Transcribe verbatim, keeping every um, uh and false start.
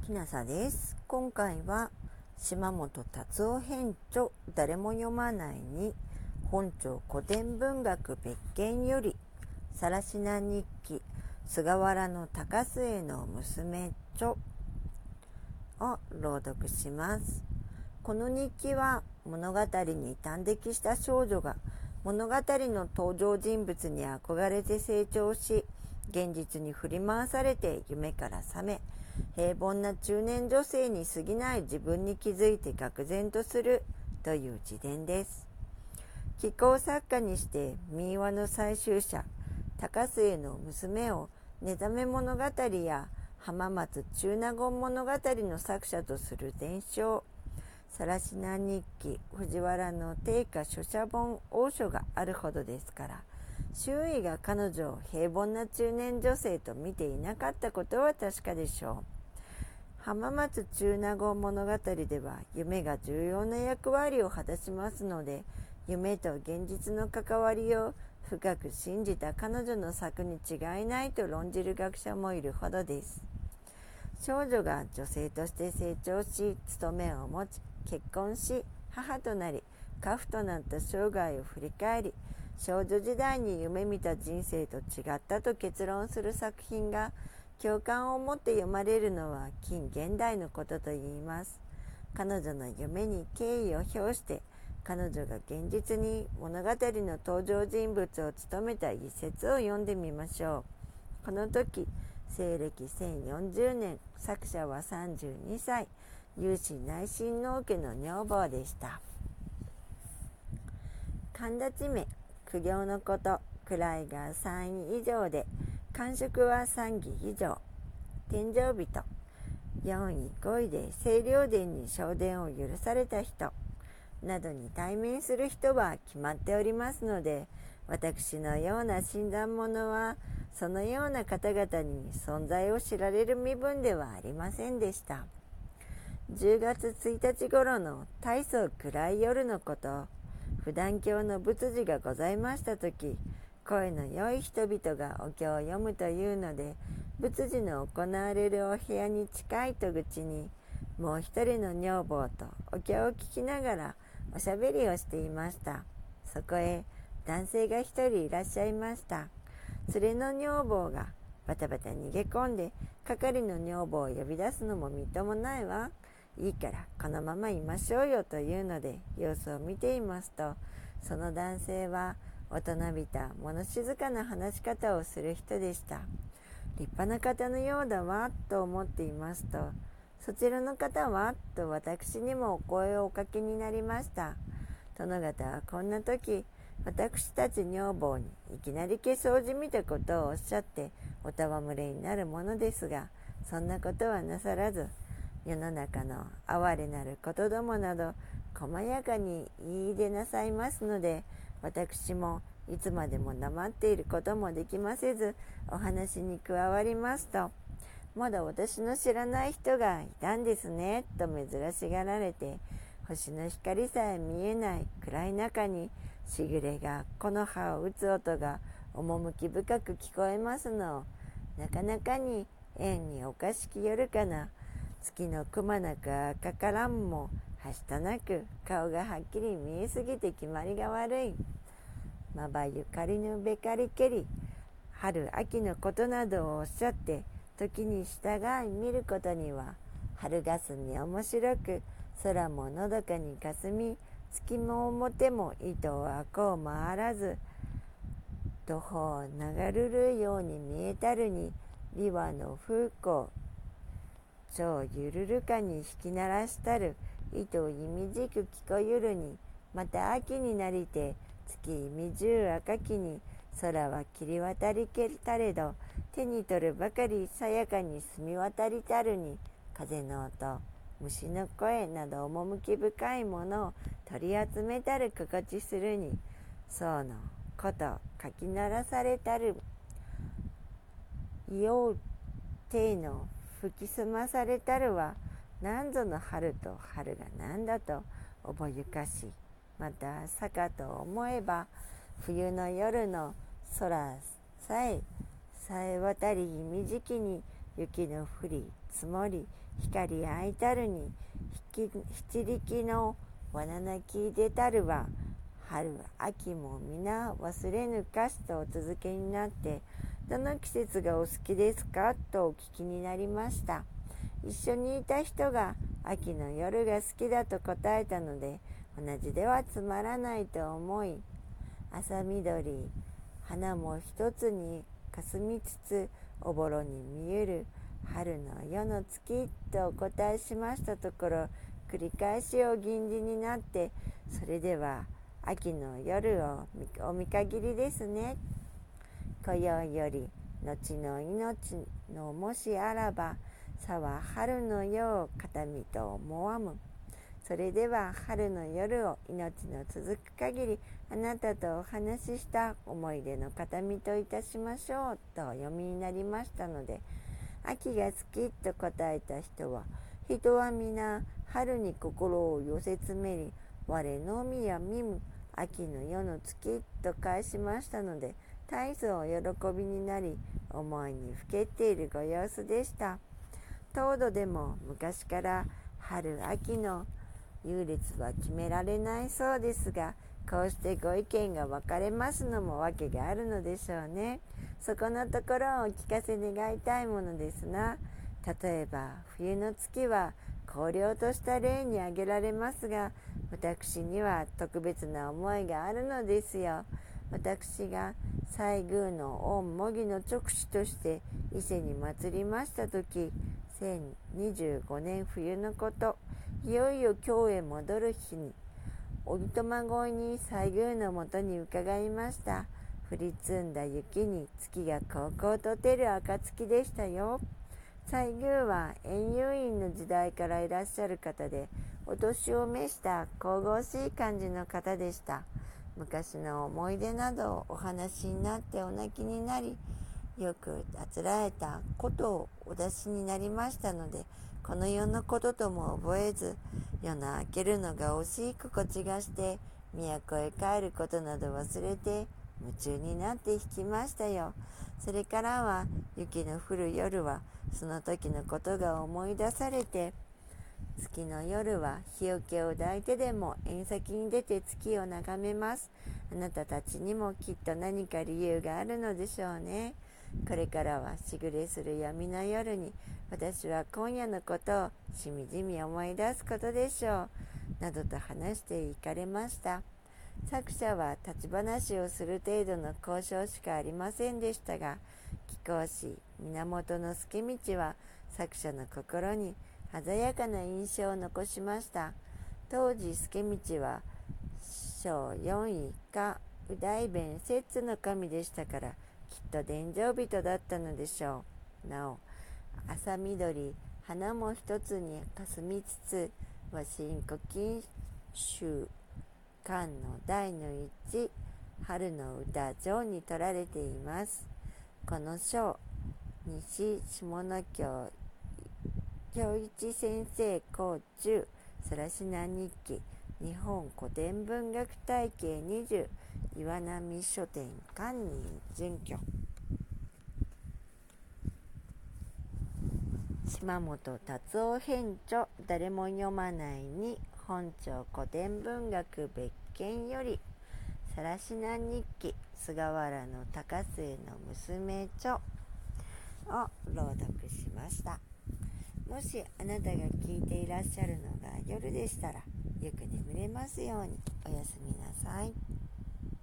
ひなさです。今回は島本達夫編著誰も読まないに本庁古典文学別件よりさらしな日記菅原の高末の娘著を朗読します。この日記は物語に端的した少女が物語の登場人物に憧れて成長し、現実に振り回されて夢から覚め、平凡な中年女性に過ぎない自分に気づいて愕然とするという自伝です。気候作家にして民話の採集者高末の娘を寝覚め物語や浜松中納言物語の作者とする伝承、さらしな日記藤原の定家書写本王書があるほどですから、周囲が彼女を平凡な中年女性と見ていなかったことは確かでしょう。浜松中納言物語では夢が重要な役割を果たしますので、夢と現実の関わりを深く信じた彼女の作に違いないと論じる学者もいるほどです。少女が女性として成長し、勤めを持ち、結婚し、母となり、家父となった生涯を振り返り、少女時代に夢見た人生と違ったと結論する作品が共感を持って読まれるのは近現代のことといいます。彼女の夢に敬意を表して、彼女が現実に物語の登場人物を務めた一節を読んでみましょう。この時、西暦せんよんじゅうねん、作者はさんじゅうにさい、有志内親王家の女房でした。神立め、苦行のこと、位がさんい以上で、官職はさんぎ以上、天上人、よんいごいで清涼殿に昇殿を許された人、などに対面する人は決まっておりますので、私のような新参者は、そのような方々に存在を知られる身分ではありませんでした。じゅうがつついたち頃の大層暗い夜のこと、普段教の仏事がございましたとき、声の良い人々がお経を読むというので、仏事の行われるお部屋に近い戸口に、もう一人の女房とお経を聞きながらおしゃべりをしていました。そこへ男性が一人いらっしゃいました。連れの女房がバタバタ逃げ込んで、係の女房を呼び出すのもみっともないわ。いいからこのままいましょうよというので、様子を見ていますと、その男性は大人びた物静かな話し方をする人でした。立派な方のようだわと思っていますと、そちらの方はと私にもお声をおかけになりました。殿方はこんな時、私たち女房にいきなり化粧じみたことをおっしゃってお戯れになるものですが、そんなことはなさらず、世の中の哀れなることどもなど細やかに言い出なさいますので、私もいつまでも黙っていることもできませず、お話に加わりますと、まだ私の知らない人がいたんですねと珍しがられて、星の光さえ見えない暗い中にしぐれが木の葉を打つ音が趣深く聞こえますのを、なかなかに縁におかしき夜かな、月のくまなく赤からんもはしたなく、顔がはっきり見えすぎて決まりが悪い。まばゆかりぬべかりけり、春秋のことなどをおっしゃって、時に従い見ることには、春霞面白く、空ものどかにかすみ、月も表も糸はこう回らず、途方流るるように見えたるに、琵琶の風光、超ゆるるかに引き鳴らしたる、糸いみじく聞こゆるに、また秋になりて、月いみじゅう赤きに、空は切り渡りけたれど、手に取るばかりさやかに澄み渡りたるに、風の音、虫の声など趣深いものを取り集めたる心地するに、そうのこと書きならされたる、ようての吹き澄まされたるは、なんぞの春と春がなんだと覚ゆかし、また坂と思えば、冬の夜の空さえさえ渡りみじきに雪の降り積もり、 光あいたるに七力のわななき出たるは、春秋も皆忘れぬかしとお続けになって、どの季節がお好きですかとお聞きになりました。一緒にいた人が秋の夜が好きだと答えたので、同じではつまらないと思い、朝緑、花も一つに霞みつつおぼろに見える春の夜の月とお答えしましたところ、繰り返しお吟じになって、それでは秋の夜をお見限りですね。今宵より後の命のもしあらば、さは春の夜を形見と思わむ。それでは春の夜を命の続く限りあなたとお話しした思い出の形見といたしましょうとお読みになりましたので、秋が好きと答えた人は、人は皆春に心を寄せ詰めり、我のみや見む秋の夜の月と返しましたので、大層お喜びになり、思いにふけっているご様子でした。当土でも昔から春秋の優劣は決められないそうですが、こうしてご意見が分かれますのも訳があるのでしょうね。そこのところをお聞かせ願いたいものですな。例えば冬の月は荒涼とした例に挙げられますが、私には特別な思いがあるのですよ。私が西宮の御模擬の勅使として伊勢に祀りましたとき、せんにじゅうごねん冬のこと、いよいよ京へ戻る日に、おいとま越えに西宮のもとに伺いました。降り積んだ雪に月がこうこうと照る暁でしたよ。西宮は円遊院の時代からいらっしゃる方で、お年を召した神々しい感じの方でした。昔の思い出などをお話になってお泣きになり、よくあつらえたことをお出しになりましたので、この世のこととも覚えず、夜の明けるのが惜しい心地がして、都へ帰ることなど忘れて夢中になって弾きましたよ。それからは雪の降る夜はその時のことが思い出されて、月の夜は日よけを抱いてでも縁先に出て月を眺めます。あなたたちにもきっと何か理由があるのでしょうね。これからはしぐれする闇の夜に、私は今夜のことをしみじみ思い出すことでしょう、などと話していかれました。作者は立ち話をする程度の交渉しかありませんでしたが、貴公子源助道は作者の心に鮮やかな印象を残しました。当時助道は小よんいか右大弁摂津の神でしたから、きっと伝承人だったのでしょう。なお、朝緑、花も一つに霞みつつは新古今集巻の第の一、春の歌上に取られています。この章、西下野京京一先生講中そらしな日記日本古典文学体系にじゅう岩波書店館に準拠。島本達夫編著、誰も読まないに本庁古典文学別件よりさらしな日記菅原の高末の娘著を朗読しました。もしあなたが聞いていらっしゃるのが夜でしたら、よく眠れますように。おやすみなさい。